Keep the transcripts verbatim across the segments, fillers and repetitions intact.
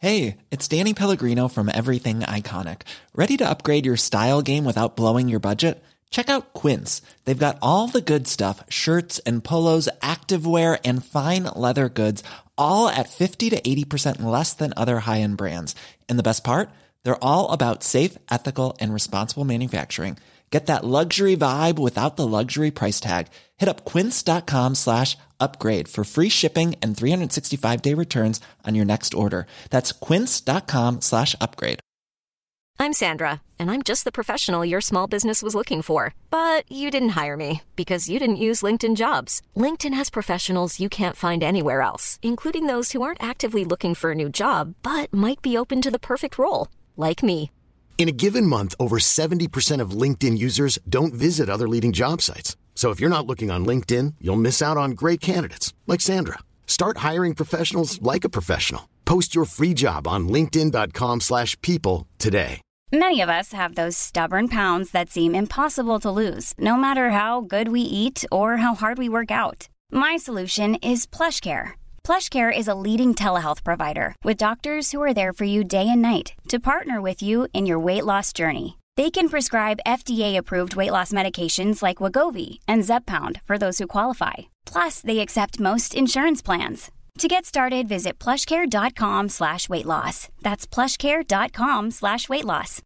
Hey, it's Danny Pellegrino from Everything Iconic. Ready to upgrade your style game without blowing your budget? Check out Quince. They've got all the good stuff, shirts and polos, activewear, and fine leather goods, all at fifty to eighty percent less than other high-end brands. And the best part? They're all about safe, ethical, and responsible manufacturing. Get that luxury vibe without the luxury price tag. Hit up quince.com slash upgrade for free shipping and three sixty-five day returns on your next order. That's quince.com slash upgrade. I'm Sandra, and I'm just the professional your small business was looking for. But you didn't hire me because you didn't use LinkedIn Jobs. LinkedIn has professionals you can't find anywhere else, including those who aren't actively looking for a new job, but might be open to the perfect role, like me. In a given month, over seventy percent of LinkedIn users don't visit other leading job sites. So if you're not looking on LinkedIn, you'll miss out on great candidates like Sandra. Start hiring professionals like a professional. Post your free job on linkedin.com slash people today. Many of us have those stubborn pounds that seem impossible to lose, no matter how good we eat or how hard we work out. My solution is PlushCare. PlushCare is a leading telehealth provider with doctors who are there for you day and night to partner with you in your weight loss journey. They can prescribe F D A-approved weight loss medications like Wegovy and Zepbound for those who qualify. Plus, they accept most insurance plans. To get started, visit plushcare.com slash weight loss. That's plushcare.com slash weight loss.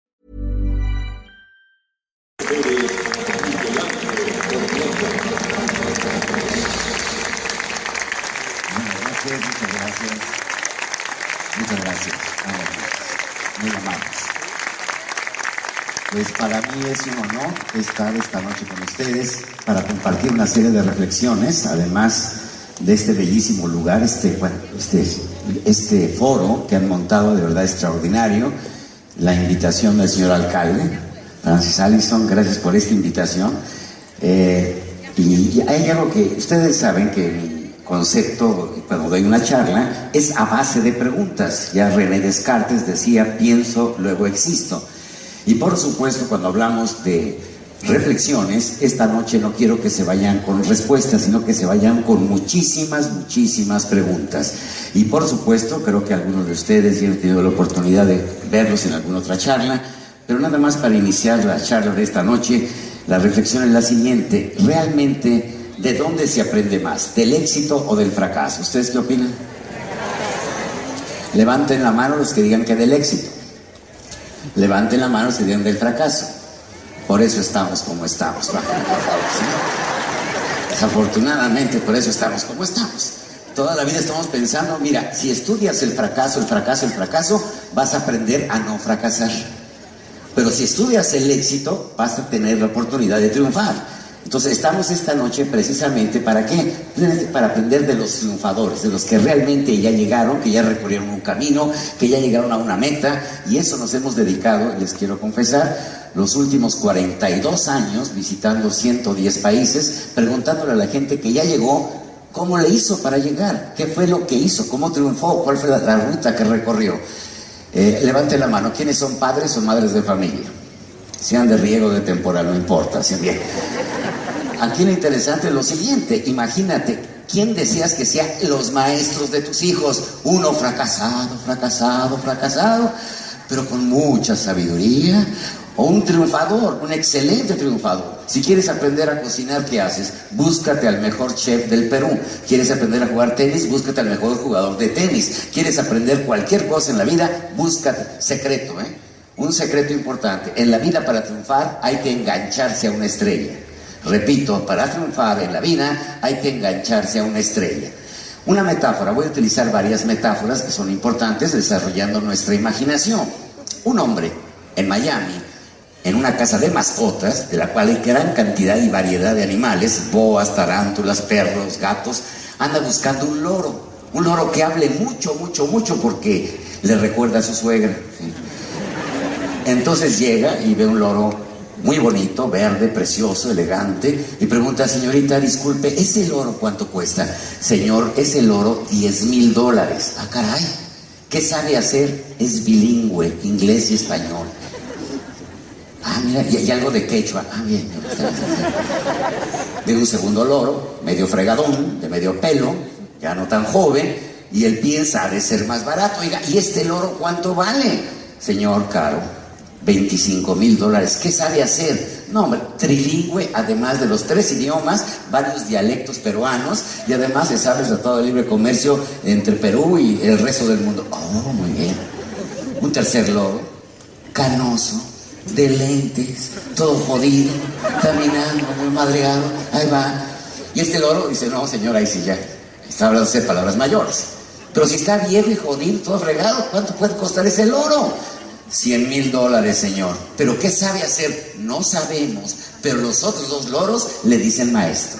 Muchas gracias. Muchas gracias. Muy amables. Pues para mí es un honor estar esta noche con ustedes para compartir una serie de reflexiones, además de este bellísimo lugar, este, bueno, este, este foro que han montado de verdad extraordinario. La invitación del señor alcalde, Francis Allison, gracias por esta invitación. Eh, y, y hay algo que ustedes saben que mi concepto, cuando doy una charla, es a base de preguntas. Ya René Descartes decía, pienso, luego existo. Y por supuesto, cuando hablamos de reflexiones, esta noche no quiero que se vayan con respuestas, sino que se vayan con muchísimas, muchísimas preguntas. Y por supuesto, creo que algunos de ustedes ya han tenido la oportunidad de verlos en alguna otra charla, pero nada más para iniciar la charla de esta noche, la reflexión es la siguiente: realmente, ¿de dónde se aprende más? ¿Del éxito o del fracaso? ¿Ustedes qué opinan? Levanten la mano los que digan que del éxito. Levanten la mano los que digan del fracaso. Por eso estamos como estamos. Bajen, por favor, ¿sí? Desafortunadamente, por eso estamos como estamos. Toda la vida estamos pensando, mira, si estudias el fracaso, el fracaso, el fracaso, vas a aprender a no fracasar. Pero si estudias el éxito, vas a tener la oportunidad de triunfar. Entonces estamos esta noche precisamente ¿para qué? Para aprender de los triunfadores, de los que realmente ya llegaron, que ya recorrieron un camino, que ya llegaron a una meta, y eso nos hemos dedicado, les quiero confesar, los últimos cuarenta y dos años visitando ciento diez países, preguntándole a la gente que ya llegó, ¿cómo le hizo para llegar? ¿Qué fue lo que hizo? ¿Cómo triunfó? ¿Cuál fue la, la ruta que recorrió? Eh, levanten la mano, ¿quiénes son padres o madres de familia? Sean de riego o de temporal, no importa, ¿sí? Bien. Aquí lo interesante es lo siguiente, imagínate, ¿quién deseas que sean los maestros de tus hijos? Uno fracasado, fracasado, fracasado, pero con mucha sabiduría, o un triunfador, un excelente triunfador. Si quieres aprender a cocinar, ¿qué haces? Búscate al mejor chef del Perú. ¿Quieres aprender a jugar tenis? Búscate al mejor jugador de tenis. ¿Quieres aprender cualquier cosa en la vida? Búscate, secreto, ¿eh? Un secreto importante, en la vida para triunfar hay que engancharse a una estrella. Repito, para triunfar en la vida hay que engancharse a una estrella. Una metáfora, voy a utilizar varias metáforas que son importantes desarrollando nuestra imaginación. Un hombre en Miami, en una casa de mascotas, de la cual hay gran cantidad y variedad de animales, boas, tarántulas, perros, gatos, anda buscando un loro. Un loro que hable mucho, mucho, mucho porque le recuerda a su suegra. ¿Sí? Entonces llega y ve un loro muy bonito, verde, precioso, elegante, y pregunta, señorita, disculpe, ¿ese loro cuánto cuesta? Señor, ese loro diez mil dólares. Ah, caray, ¿qué sabe hacer? Es bilingüe, inglés y español. Ah, mira, y hay algo de quechua. Ah, bien. De un segundo loro, medio fregadón, de medio pelo, ya no tan joven, y él piensa, ha de ser más barato. Oiga, ¿y este loro cuánto vale? Señor Caro, veinticinco mil dólares. ¿Qué sabe hacer? No, hombre, trilingüe, además de los tres idiomas, varios dialectos peruanos, y además se sabe el Tratado de Libre Comercio entre Perú y el resto del mundo. Oh, muy bien. Un tercer loro, canoso, de lentes, todo jodido, caminando, muy madreado, ahí va. Y este loro dice, no, señor, ahí sí ya, está hablando de palabras mayores. Pero si está viejo y jodido, todo fregado, ¿cuánto puede costar ese loro? Cien mil dólares, señor. ¿Pero qué sabe hacer? No sabemos, pero los otros dos loros le dicen maestro.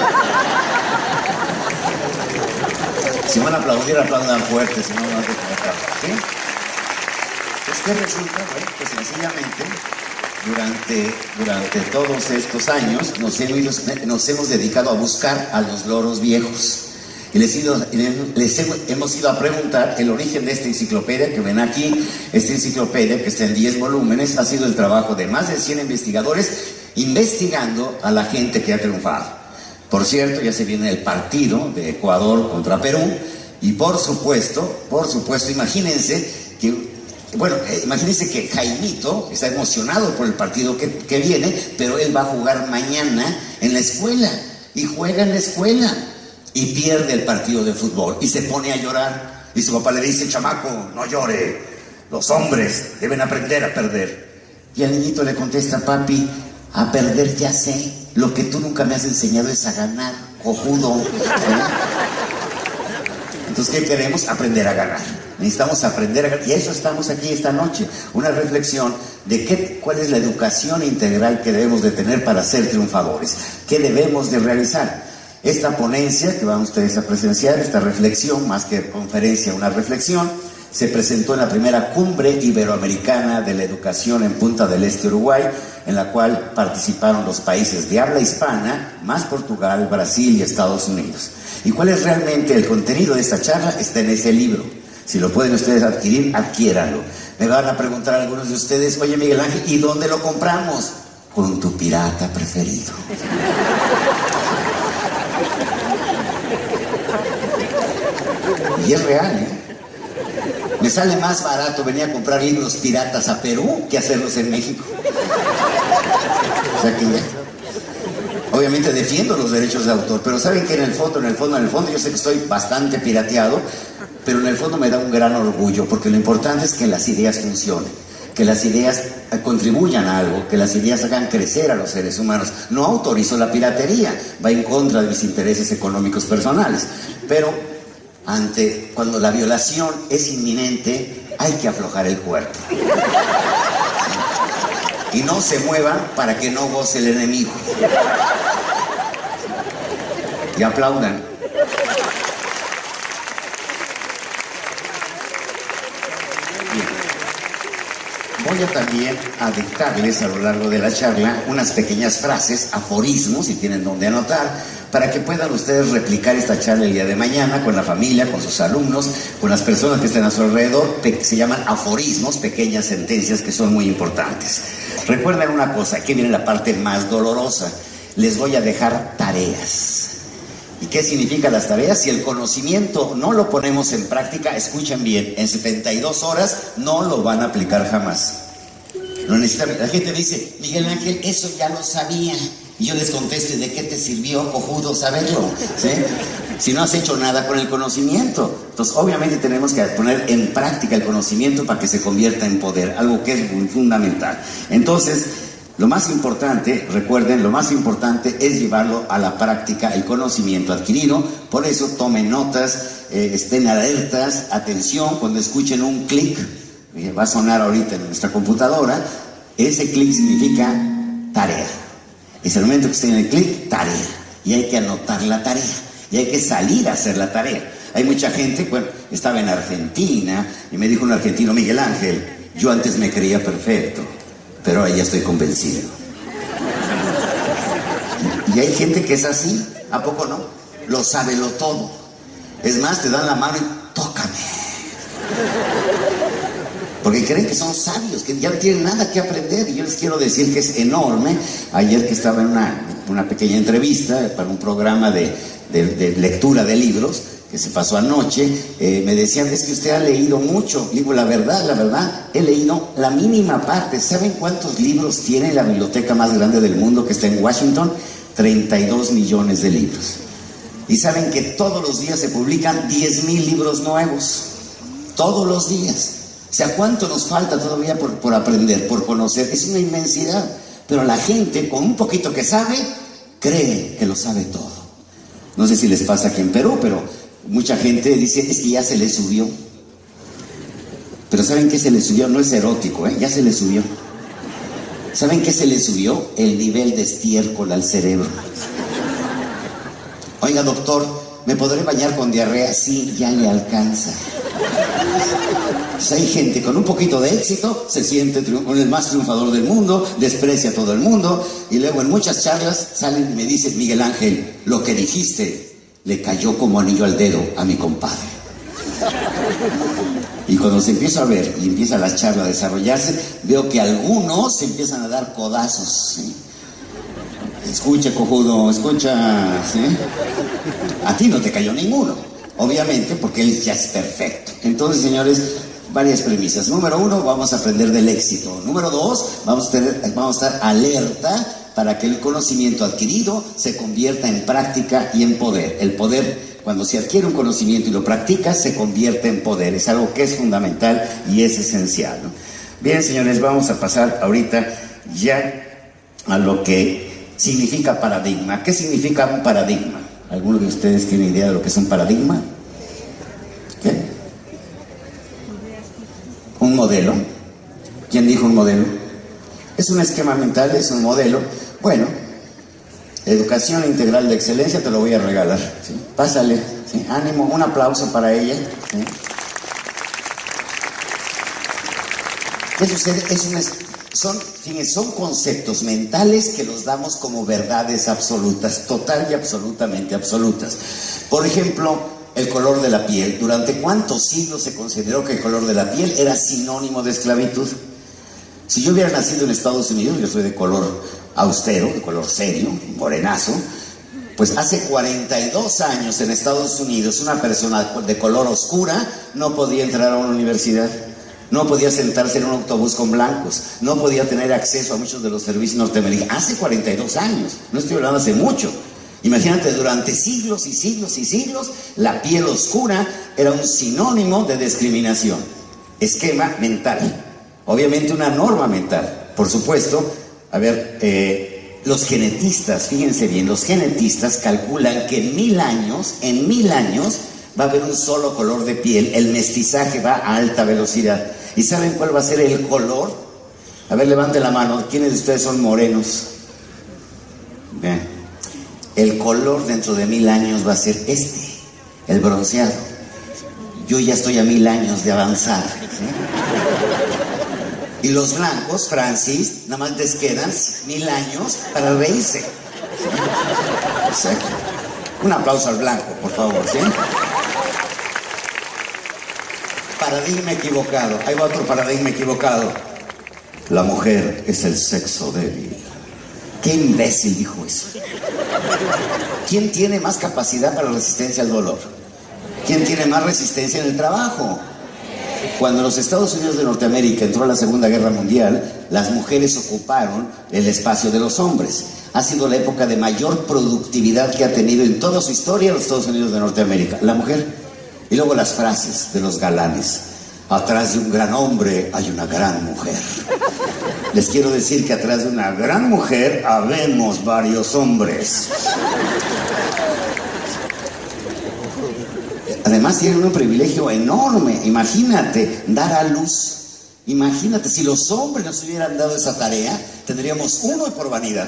Si van a aplaudir, aplaudan fuerte, si no, no hay que aplaudir, ¿sí? Pues, ¿qué resulta? Bueno, pues sencillamente, durante, durante todos estos años nos hemos, nos hemos dedicado a buscar a los loros viejos. Y les, ido, les hemos ido a preguntar el origen de esta enciclopedia que ven aquí. Esta enciclopedia, que está en diez volúmenes, ha sido el trabajo de más de cien investigadores investigando a la gente que ha triunfado. Por cierto, ya se viene el partido de Ecuador contra Perú, y por supuesto, por supuesto, imagínense que, bueno, eh, imagínense que Jaimito está emocionado por el partido que, que viene, pero él va a jugar mañana en la escuela, y juega en la escuela, y pierde el partido de fútbol, y se pone a llorar, y su papá le dice, chamaco, no llore, los hombres deben aprender a perder. Y el niñito le contesta, papi, a perder ya sé, lo que tú nunca me has enseñado es a ganar, cojudo. ¿Eh? Entonces, ¿qué queremos? Aprender a ganar. Necesitamos aprender a ganar, y eso estamos aquí esta noche, una reflexión de qué, cuál es la educación integral que debemos de tener para ser triunfadores, qué debemos de realizar. Esta ponencia que van ustedes a presenciar, esta reflexión, más que conferencia, una reflexión, se presentó en la primera cumbre iberoamericana de la educación en Punta del Este, Uruguay, en la cual participaron los países de habla hispana, más Portugal, Brasil y Estados Unidos. ¿Y cuál es realmente el contenido de esta charla? Está en ese libro. Si lo pueden ustedes adquirir, adquiéranlo. Me van a preguntar algunos de ustedes, oye Miguel Ángel, ¿y dónde lo compramos? Con tu pirata preferido. Y es real, ¿eh? Me sale más barato venir a comprar libros piratas a Perú que hacerlos en México. O sea que ya. Obviamente defiendo los derechos de autor, pero saben que en el fondo, en el fondo, en el fondo, yo sé que estoy bastante pirateado, pero en el fondo me da un gran orgullo, porque lo importante es que las ideas funcionen, que las ideas contribuyan a algo, que las ideas hagan crecer a los seres humanos. No autorizo la piratería, va en contra de mis intereses económicos personales, pero ante cuando la violación es inminente, hay que aflojar el cuerpo. Y no se muevan para que no goce el enemigo. Y aplaudan. Bien. Voy a también a dictarles a lo largo de la charla unas pequeñas frases, aforismos, si tienen donde anotar, para que puedan ustedes replicar esta charla el día de mañana con la familia, con sus alumnos, con las personas que estén a su alrededor. Se llaman aforismos, pequeñas sentencias que son muy importantes. Recuerden una cosa, aquí viene la parte más dolorosa. Les voy a dejar tareas. ¿Y qué significan las tareas? Si el conocimiento no lo ponemos en práctica, escuchen bien, en setenta y dos horas no lo van a aplicar jamás. Lo necesitan. La gente dice, Miguel Ángel, eso ya lo sabía. Y yo les contesto, ¿de qué te sirvió, cojudo, saberlo? ¿Sí? Si no has hecho nada con el conocimiento. Entonces, obviamente tenemos que poner en práctica el conocimiento para que se convierta en poder, algo que es muy fundamental. Entonces, lo más importante, recuerden, lo más importante es llevarlo a la práctica, el conocimiento adquirido. Por eso tomen notas, eh, estén alertas, atención, cuando escuchen un clic, eh, va a sonar ahorita en nuestra computadora, ese clic significa tarea. Es el momento que estén en el clic, tarea. Y hay que anotar la tarea. Y hay que salir a hacer la tarea. Hay mucha gente, bueno, estaba en Argentina y me dijo un argentino, Miguel Ángel, yo antes me creía perfecto, pero ahora ya estoy convencido. Y hay gente que es así, ¿a poco no? Lo sabe lo todo. Es más, te dan la mano y tócame. Porque creen que son sabios, que ya no tienen nada que aprender. Y yo les quiero decir que es enorme. Ayer que estaba en una, una pequeña entrevista para un programa de, de, de lectura de libros, que se pasó anoche, eh, me decían, es que usted ha leído mucho. Digo, la verdad, la verdad, he leído la mínima parte. ¿Saben cuántos libros tiene la biblioteca más grande del mundo, que está en Washington? treinta y dos millones de libros. Y saben que todos los días se publican diez mil libros nuevos. Todos los días. O sea, ¿cuánto nos falta todavía por, por aprender, por conocer? Es una inmensidad. Pero la gente, con un poquito que sabe, cree que lo sabe todo. No sé si les pasa aquí en Perú, pero mucha gente dice, es que ya se le subió. Pero ¿saben qué se le subió? No es erótico, ¿eh? Ya se le subió. ¿Saben qué se le subió? El nivel de estiércol al cerebro. Oiga, doctor, ¿me podré bañar con diarrea? Sí, ya le alcanza. Pues hay gente con un poquito de éxito, se siente con el más triunfador del mundo, desprecia a todo el mundo, y luego en muchas charlas salen y me dicen, Miguel Ángel, lo que dijiste le cayó como anillo al dedo a mi compadre. Y cuando se empieza a ver y empieza la charla a desarrollarse, veo que algunos se empiezan a dar codazos, ¿sí? Escucha, cojudo, escucha, ¿sí? A ti no te cayó ninguno, obviamente, porque él ya es perfecto. Entonces, señores, varias premisas. Número uno, vamos a aprender del éxito. Número dos, vamos a, tener, vamos a estar alerta para que el conocimiento adquirido se convierta en práctica y en poder. El poder, cuando se adquiere un conocimiento y lo practica, se convierte en poder. Es algo que es fundamental y es esencial, ¿no? Bien, señores, vamos a pasar ahorita ya a lo que significa paradigma. ¿Qué significa un paradigma? ¿Alguno de ustedes tiene idea de lo que es un paradigma? ¿Qué? ¿Un modelo? ¿Quién dijo un modelo? Es un esquema mental, es un modelo. Bueno, educación integral de excelencia, te lo voy a regalar, ¿sí? Pásale, ¿sí? Ánimo, un aplauso para ella, ¿sí? ¿Qué sucede? Es una, son, fíjense, son conceptos mentales que los damos como verdades absolutas, total y absolutamente absolutas. Por ejemplo, el color de la piel. ¿Durante cuántos siglos se consideró que el color de la piel era sinónimo de esclavitud? Si yo hubiera nacido en Estados Unidos, yo soy de color austero, de color serio, morenazo, pues hace cuarenta y dos años en Estados Unidos una persona de color oscura no podía entrar a una universidad, no podía sentarse en un autobús con blancos, no podía tener acceso a muchos de los servicios norteamericanos. Hace cuarenta y dos años, no estoy hablando hace mucho. Imagínate, durante siglos y siglos y siglos, la piel oscura era un sinónimo de discriminación. Esquema mental. Obviamente una norma mental. Por supuesto, a ver, eh, los genetistas, fíjense bien, los genetistas calculan que en mil años, en mil años, va a haber un solo color de piel. El mestizaje va a alta velocidad. ¿Y saben cuál va a ser el color? A ver, levanten la mano. ¿Quiénes de ustedes son morenos? Bien. El color dentro de mil años va a ser este, el bronceado. Yo ya estoy a mil años de avanzar, ¿sí? Y los blancos, Francis, nada más les quedan mil años para reírse, ¿sí? Exacto. Un aplauso al blanco, por favor, ¿sí? Paradigma equivocado. Ahí va otro paradigma equivocado. La mujer es el sexo débil. ¡Qué imbécil dijo eso! ¿Quién tiene más capacidad para resistencia al dolor? ¿Quién tiene más resistencia en el trabajo? Cuando los Estados Unidos de Norteamérica entró a la Segunda Guerra Mundial, las mujeres ocuparon el espacio de los hombres. Ha sido la época de mayor productividad que ha tenido en toda su historia los Estados Unidos de Norteamérica. La mujer. Y luego las frases de los galanes. Atrás de un gran hombre hay una gran mujer. Les quiero decir que atrás de una gran mujer habemos varios hombres. Además tienen un privilegio enorme. Imagínate, dar a luz. Imagínate, si los hombres nos hubieran dado esa tarea, tendríamos uno por vanidad.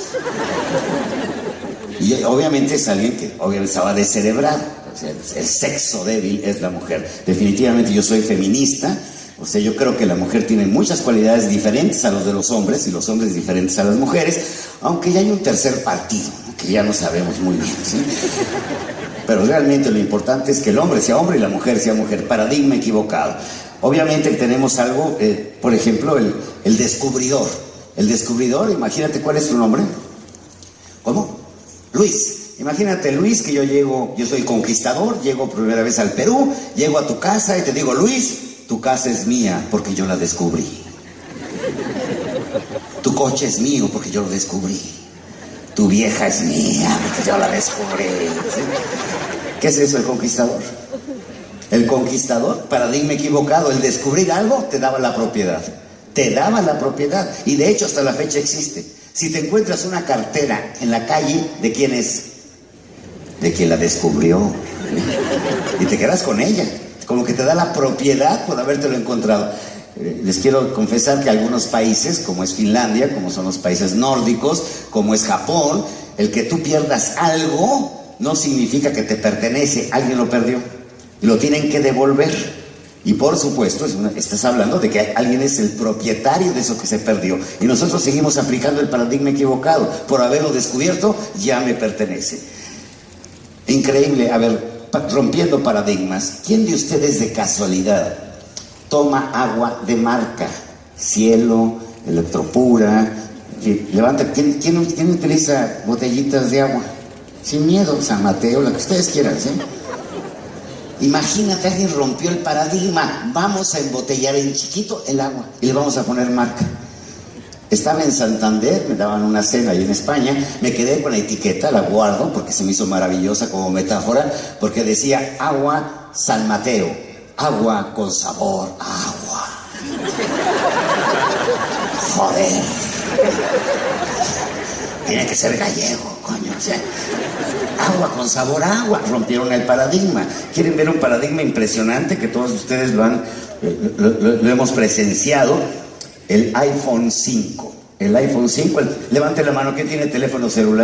Y obviamente es alguien que obviamente estaba descerebrado. O sea, el sexo débil es la mujer. Definitivamente yo soy feminista. O sea, yo creo que la mujer tiene muchas cualidades diferentes a los de los hombres y los hombres diferentes a las mujeres, aunque ya hay un tercer partido, ¿no? Que ya no sabemos muy bien, ¿sí? Pero realmente lo importante es que el hombre sea hombre y la mujer sea mujer. Paradigma equivocado. Obviamente tenemos algo, eh, por ejemplo, el, el descubridor. El descubridor, imagínate cuál es su nombre. ¿Cómo? Luis. Imagínate, Luis, que yo llego, yo soy conquistador, llego por primera vez al Perú, llego a tu casa y te digo, Luis, tu casa es mía porque yo la descubrí. Tu coche es mío porque yo lo descubrí. Tu vieja es mía porque yo la descubrí. ¿Sí? ¿Qué es eso, el conquistador? El conquistador, paradigma equivocado. El descubrir algo te daba la propiedad. Te daba la propiedad. Y de hecho hasta la fecha existe. Si te encuentras una cartera en la calle, ¿de quién es? De quien la descubrió. Y te quedas con ella. Como que te da la propiedad por habértelo encontrado. Les quiero confesar que algunos países, como es Finlandia, como son los países nórdicos, como es Japón, el que tú pierdas algo no significa que te pertenece. Alguien lo perdió y lo tienen que devolver. Y por supuesto, es una, estás hablando de que alguien es el propietario de eso que se perdió. Y nosotros seguimos aplicando el paradigma equivocado. Por haberlo descubierto, ya me pertenece. Increíble. A ver, rompiendo paradigmas. ¿Quién de ustedes de casualidad toma agua de marca? Cielo, Electropura. Levanta. ¿Quién, quién, quién utiliza botellitas de agua? Sin miedo, San Mateo, la que ustedes quieran, ¿sí? Imagínate, alguien rompió el paradigma. Vamos a embotellar en chiquito el agua y le vamos a poner marca. Estaba en Santander, me daban una cena ahí en España, me quedé con la etiqueta, la guardo porque se me hizo maravillosa como metáfora, porque decía agua San Mateo, agua con sabor, agua. Joder. Tiene que ser gallego, coño, o sea, agua con sabor a agua. Rompieron el paradigma. ¿Quieren ver un paradigma impresionante que todos ustedes lo han, lo, lo, lo hemos presenciado? El iPhone cinco. El iPhone cinco, el, levante la mano, ¿quién tiene teléfono celular?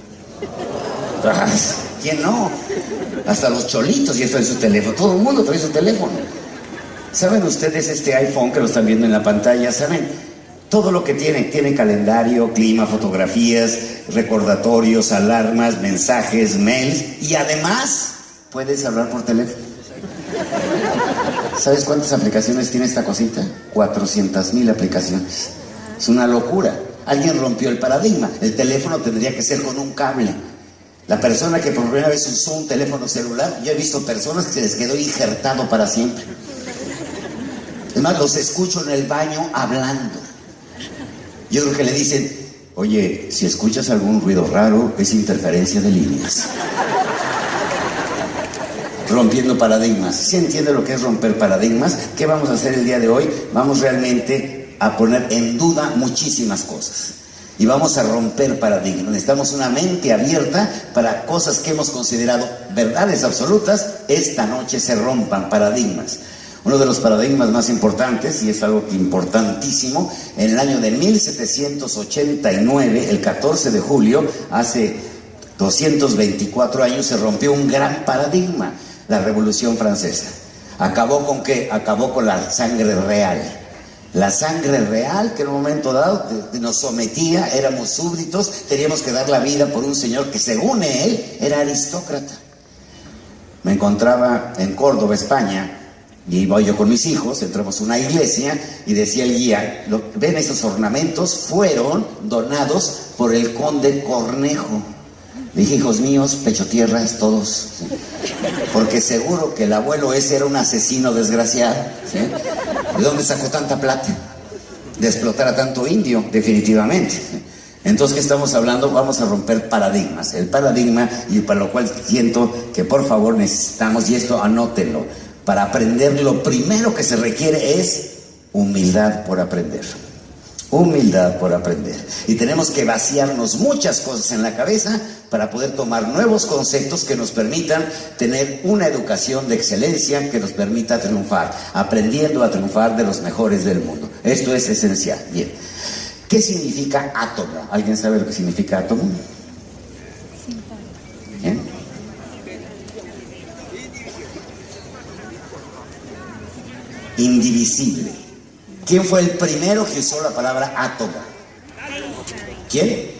¿Quién no? Hasta los cholitos ya traen su teléfono. Todo el mundo trae su teléfono. ¿Saben ustedes este iPhone que lo están viendo en la pantalla? ¿Saben? Todo lo que tiene, tiene calendario, clima, fotografías, recordatorios, alarmas, mensajes, mails, y además puedes hablar por teléfono. ¿Sabes cuántas aplicaciones tiene esta cosita? cuatrocientas mil aplicaciones. Es una locura. Alguien rompió el paradigma. El teléfono tendría que ser con un cable. La persona que por primera vez usó un teléfono celular, yo he visto personas que se les quedó injertado para siempre. Es más, los escucho en el baño hablando. Yo creo que le dicen, oye, si escuchas algún ruido raro, es interferencia de líneas. Rompiendo paradigmas. ¿Sí entiende lo que es romper paradigmas? ¿Qué vamos a hacer el día de hoy? Vamos realmente a poner en duda muchísimas cosas. Y vamos a romper paradigmas. Necesitamos una mente abierta para cosas que hemos considerado verdades absolutas. Esta noche se rompan paradigmas. Uno de los paradigmas más importantes, y es algo importantísimo, en el año de mil setecientos ochenta y nueve, el catorce de julio, hace doscientos veinticuatro años, se rompió un gran paradigma, la Revolución Francesa. ¿Acabó con qué? Acabó con la sangre real. La sangre real que en un momento dado nos sometía, éramos súbditos, teníamos que dar la vida por un señor que según él era aristócrata. Me encontraba en Córdoba, España, y iba yo con mis hijos, entramos a una iglesia y decía el guía, ven, esos ornamentos fueron donados por el conde Cornejo. Le dije, hijos míos, pecho tierra es todos, ¿sí? Porque seguro que el abuelo ese era un asesino desgraciado, ¿sí? ¿De dónde sacó tanta plata? De explotar a tanto indio, definitivamente, ¿sí? Entonces, ¿qué estamos hablando? Vamos a romper paradigmas. El paradigma, y para lo cual siento que por favor necesitamos, y esto anótenlo, para aprender lo primero que se requiere es humildad por aprender. Humildad por aprender. Y tenemos que vaciarnos muchas cosas en la cabeza para poder tomar nuevos conceptos que nos permitan tener una educación de excelencia que nos permita triunfar, aprendiendo a triunfar de los mejores del mundo. Esto es esencial. Bien. ¿Qué significa átomo? ¿Alguien sabe lo que significa átomo? ¿Bien? Indivisible. ¿Quién fue el primero que usó la palabra átomo? ¿Quién?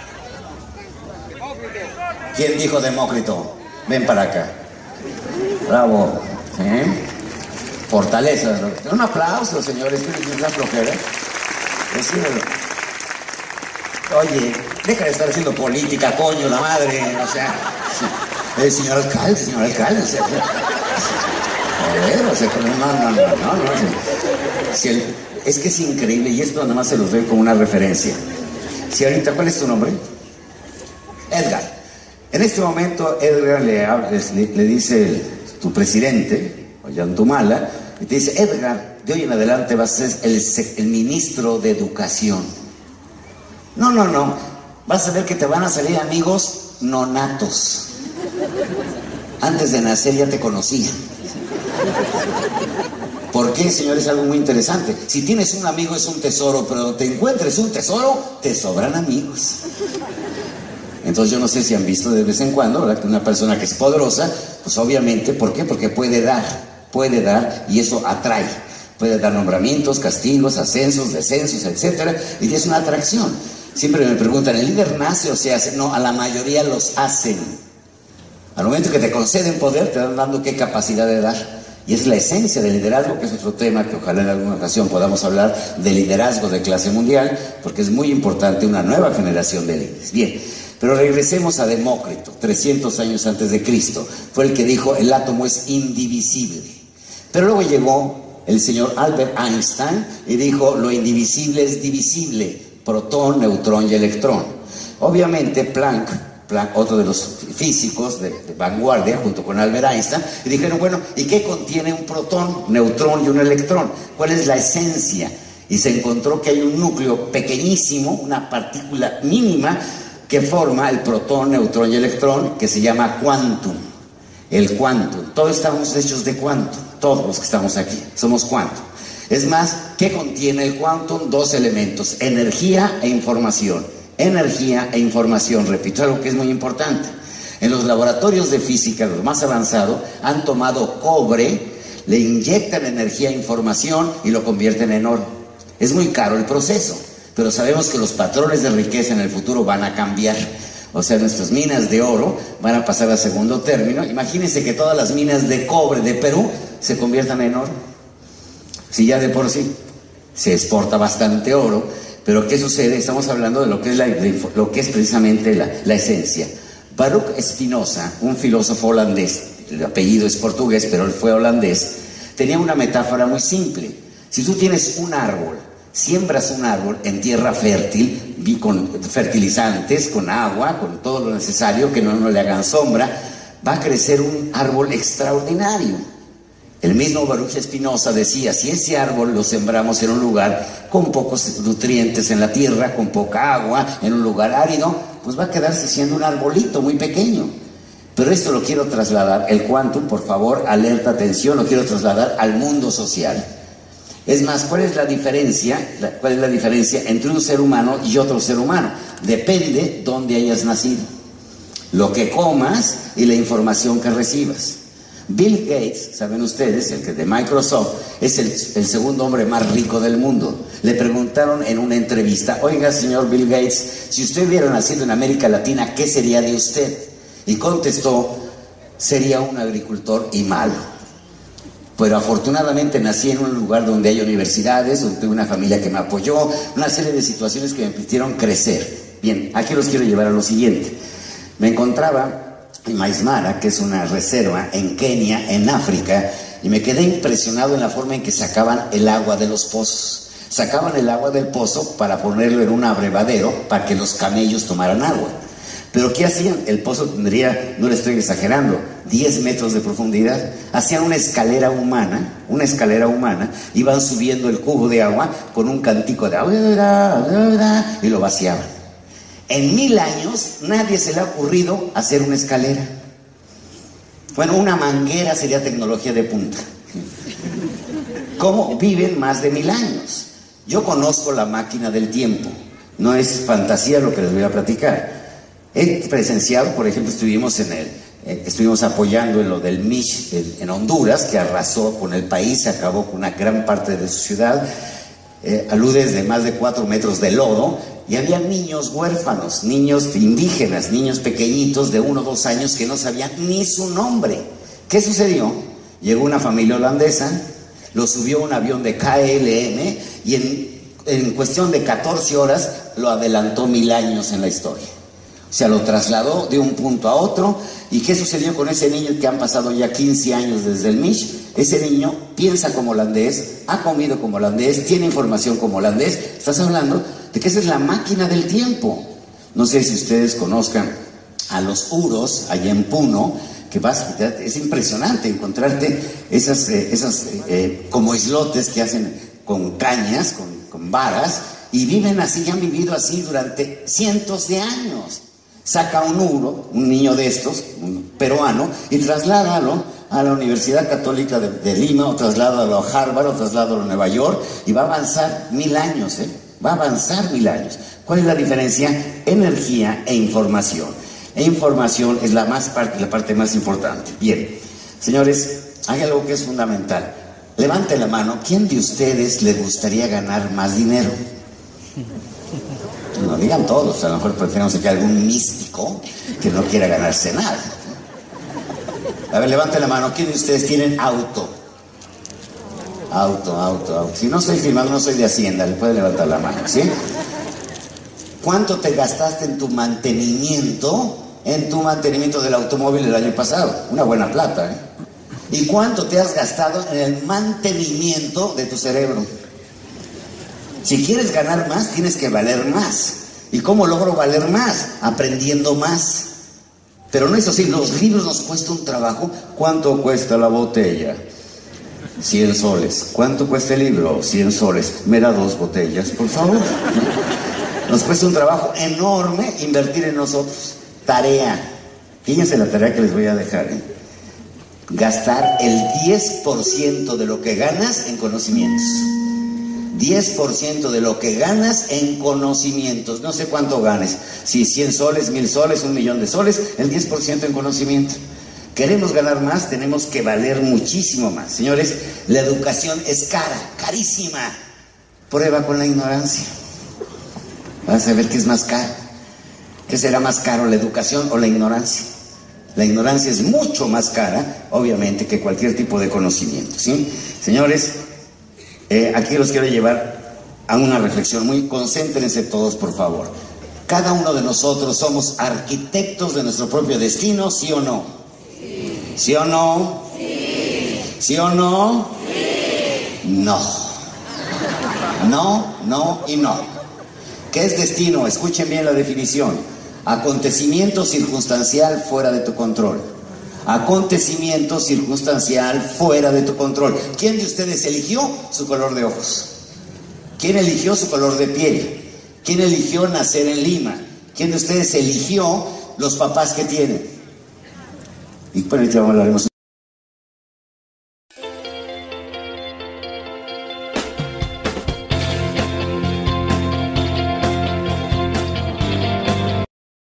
¿Quién dijo Demócrito? Ven para acá. Bravo. ¿Eh? Fortaleza. Un aplauso, señores. ¿Qué es la flojera? Decímelo. Oye, deja de estar haciendo política, coño, la madre, o sea, el señor alcalde, señor alcalde, o sea, joder, o sea, no, no, no, no, no, si el, es que es increíble, y esto nada más se los doy como una referencia. Si ahorita, ¿cuál es tu nombre? Edgar. En este momento, Edgar le, le, le dice el, tu presidente, Ollantaytamala, y te dice, Edgar, de hoy en adelante vas a ser el, el ministro de Educación. No, no, no, vas a ver que te van a salir amigos nonatos. Antes de nacer ya te conocían. ¿Por qué, señor? Es algo muy interesante. Si tienes un amigo es un tesoro, pero te encuentres un tesoro, te sobran amigos. Entonces yo no sé si han visto de vez en cuando, ¿verdad?, que una persona que es poderosa, pues obviamente, ¿por qué? Porque puede dar, puede dar, y eso atrae. Puede dar nombramientos, castigos, ascensos, descensos, etcétera, y es una atracción. Siempre me preguntan, ¿el líder nace o se hace? No, a la mayoría los hacen. Al momento que te conceden poder, te dan dando qué capacidad de dar. Y es la esencia del liderazgo, que es otro tema que ojalá en alguna ocasión podamos hablar de liderazgo de clase mundial, porque es muy importante una nueva generación de líderes. Bien, pero regresemos a Demócrito, trescientos años antes de Cristo. Fue el que dijo, el átomo es indivisible. Pero luego llegó el señor Albert Einstein y dijo, lo indivisible es divisible, protón, neutrón y electrón. Obviamente Planck, Planck, otro de los físicos de, de vanguardia, junto con Albert Einstein, y dijeron, bueno, ¿y qué contiene un protón, neutrón y un electrón? ¿Cuál es la esencia? Y se encontró que hay un núcleo pequeñísimo, una partícula mínima, que forma el protón, neutrón y electrón, que se llama quantum. El quantum. Todos estamos hechos de quantum. Todos los que estamos aquí somos quantum. Es más, ¿qué contiene el quantum? Dos elementos, energía e información. Energía e información, repito, algo que es muy importante. En los laboratorios de física, los más avanzados, han tomado cobre, le inyectan energía e información y lo convierten en oro. Es muy caro el proceso, pero sabemos que los patrones de riqueza en el futuro van a cambiar. O sea, nuestras minas de oro van a pasar a segundo término. Imagínense que todas las minas de cobre de Perú se conviertan en oro. Si ya de por sí se exporta bastante oro, pero ¿qué sucede? Estamos hablando de lo que es, la, de lo que es precisamente la, la esencia. Baruch Spinoza, un filósofo holandés, el apellido es portugués, pero él fue holandés, tenía una metáfora muy simple. Si tú tienes un árbol, siembras un árbol en tierra fértil, con fertilizantes, con agua, con todo lo necesario, que no, no le hagan sombra, va a crecer un árbol extraordinario. El mismo Baruch Spinoza decía, si ese árbol lo sembramos en un lugar con pocos nutrientes en la tierra, con poca agua, en un lugar árido, pues va a quedarse siendo un arbolito muy pequeño. Pero esto lo quiero trasladar, el quantum, por favor, alerta, atención, lo quiero trasladar al mundo social. Es más, ¿cuál es la diferencia? ¿Cuál es la diferencia entre un ser humano y otro ser humano? Depende dónde hayas nacido, lo que comas y la información que recibas. Bill Gates, saben ustedes, el que de Microsoft, es el, el segundo hombre más rico del mundo. Le preguntaron en una entrevista, oiga, señor Bill Gates, si usted hubiera nacido en América Latina, ¿qué sería de usted? Y contestó, sería un agricultor y malo. Pero afortunadamente nací en un lugar donde hay universidades, donde tuve una familia que me apoyó, una serie de situaciones que me permitieron crecer. Bien, aquí los quiero llevar a lo siguiente. Me encontraba en Masai Mara, que es una reserva en Kenia, en África, y me quedé impresionado en la forma en que sacaban el agua de los pozos. Sacaban el agua del pozo para ponerlo en un abrevadero para que los camellos tomaran agua. Pero ¿qué hacían? El pozo tendría, no le estoy exagerando, diez metros de profundidad. Hacían una escalera humana, una escalera humana, iban subiendo el cubo de agua con un cantico de agua y lo vaciaban. En mil años nadie se le ha ocurrido hacer una escalera. Bueno, una manguera sería tecnología de punta. ¿Cómo viven más de mil años? Yo conozco la máquina del tiempo. No es fantasía lo que les voy a platicar. He presenciado, por ejemplo, estuvimos en el, eh, estuvimos apoyando en lo del Mish en, en Honduras, que arrasó con el país, se acabó con una gran parte de su ciudad, eh, aludes de más de cuatro metros de lodo, y había niños huérfanos, niños indígenas, niños pequeñitos de uno o dos años que no sabían ni su nombre. ¿Qué sucedió? Llegó una familia holandesa, lo subió a un avión de K L M y en, en cuestión de catorce horas lo adelantó mil años en la historia. O sea, lo trasladó de un punto a otro. ¿Y qué sucedió con ese niño que han pasado ya quince años desde el Mish? Ese niño piensa como holandés, ha comido como holandés, tiene información como holandés. Estás hablando de que esa es la máquina del tiempo. No sé si ustedes conozcan a los uros allá en Puno, que vas, es impresionante encontrarte esas, eh, esas eh, como islotes que hacen con cañas, con, con varas, y viven así, y han vivido así durante cientos de años. Saca un uro, un niño de estos, un peruano, y trasládalo a la Universidad Católica de, de Lima, o trasládalo a Harvard, o trasládalo a Nueva York, y va a avanzar mil años, ¿eh? Va a avanzar mil años. ¿Cuál es la diferencia? Energía e información. E información es la, más parte, la parte más importante. Bien, señores, hay algo que es fundamental. Levante la mano, ¿quién de ustedes le gustaría ganar más dinero? No digan todos, a lo mejor tenemos aquí algún místico que no quiera ganarse nada. A ver, levante la mano, ¿quién de ustedes tienen auto? Auto, auto, auto. Si no estoy filmando, no soy de Hacienda, le puede levantar la mano, ¿sí? ¿Cuánto te gastaste en tu mantenimiento, en tu mantenimiento del automóvil el año pasado? Una buena plata, ¿eh? ¿Y cuánto te has gastado en el mantenimiento de tu cerebro? Si quieres ganar más, tienes que valer más. ¿Y cómo logro valer más? Aprendiendo más. Pero no es así, los libros nos cuesta un trabajo. ¿Cuánto cuesta la botella? cien soles. ¿Cuánto cuesta el libro? cien soles. ¿Me da dos botellas, por favor? Nos cuesta un trabajo enorme invertir en nosotros. Tarea. Fíjense la tarea que les voy a dejar, ¿eh? Gastar el diez por ciento de lo que ganas en conocimientos. diez por ciento de lo que ganas en conocimientos. No sé cuánto ganes. Si cien soles, mil soles, un millón de soles, el diez por ciento en conocimiento. Queremos ganar más, tenemos que valer muchísimo más. Señores, la educación es cara, carísima. Prueba con la ignorancia. Vas a ver qué es más caro. ¿Qué será más caro, la educación o la ignorancia? La ignorancia es mucho más cara, obviamente, que cualquier tipo de conocimiento, ¿sí? Señores, eh, aquí los quiero llevar a una reflexión muy... Concéntrense todos, por favor. Cada uno de nosotros somos arquitectos de nuestro propio destino, ¿sí o no? Sí. ¿Sí o no? Sí. ¿Sí o no? Sí. No. No, no y no. ¿Qué es destino? Escuchen bien la definición. Acontecimiento circunstancial fuera de tu control. Acontecimiento circunstancial fuera de tu control. ¿Quién de ustedes eligió su color de ojos? ¿Quién eligió su color de piel? ¿Quién eligió nacer en Lima? ¿Quién de ustedes eligió los papás que tienen? Y bueno, ya hablaremos.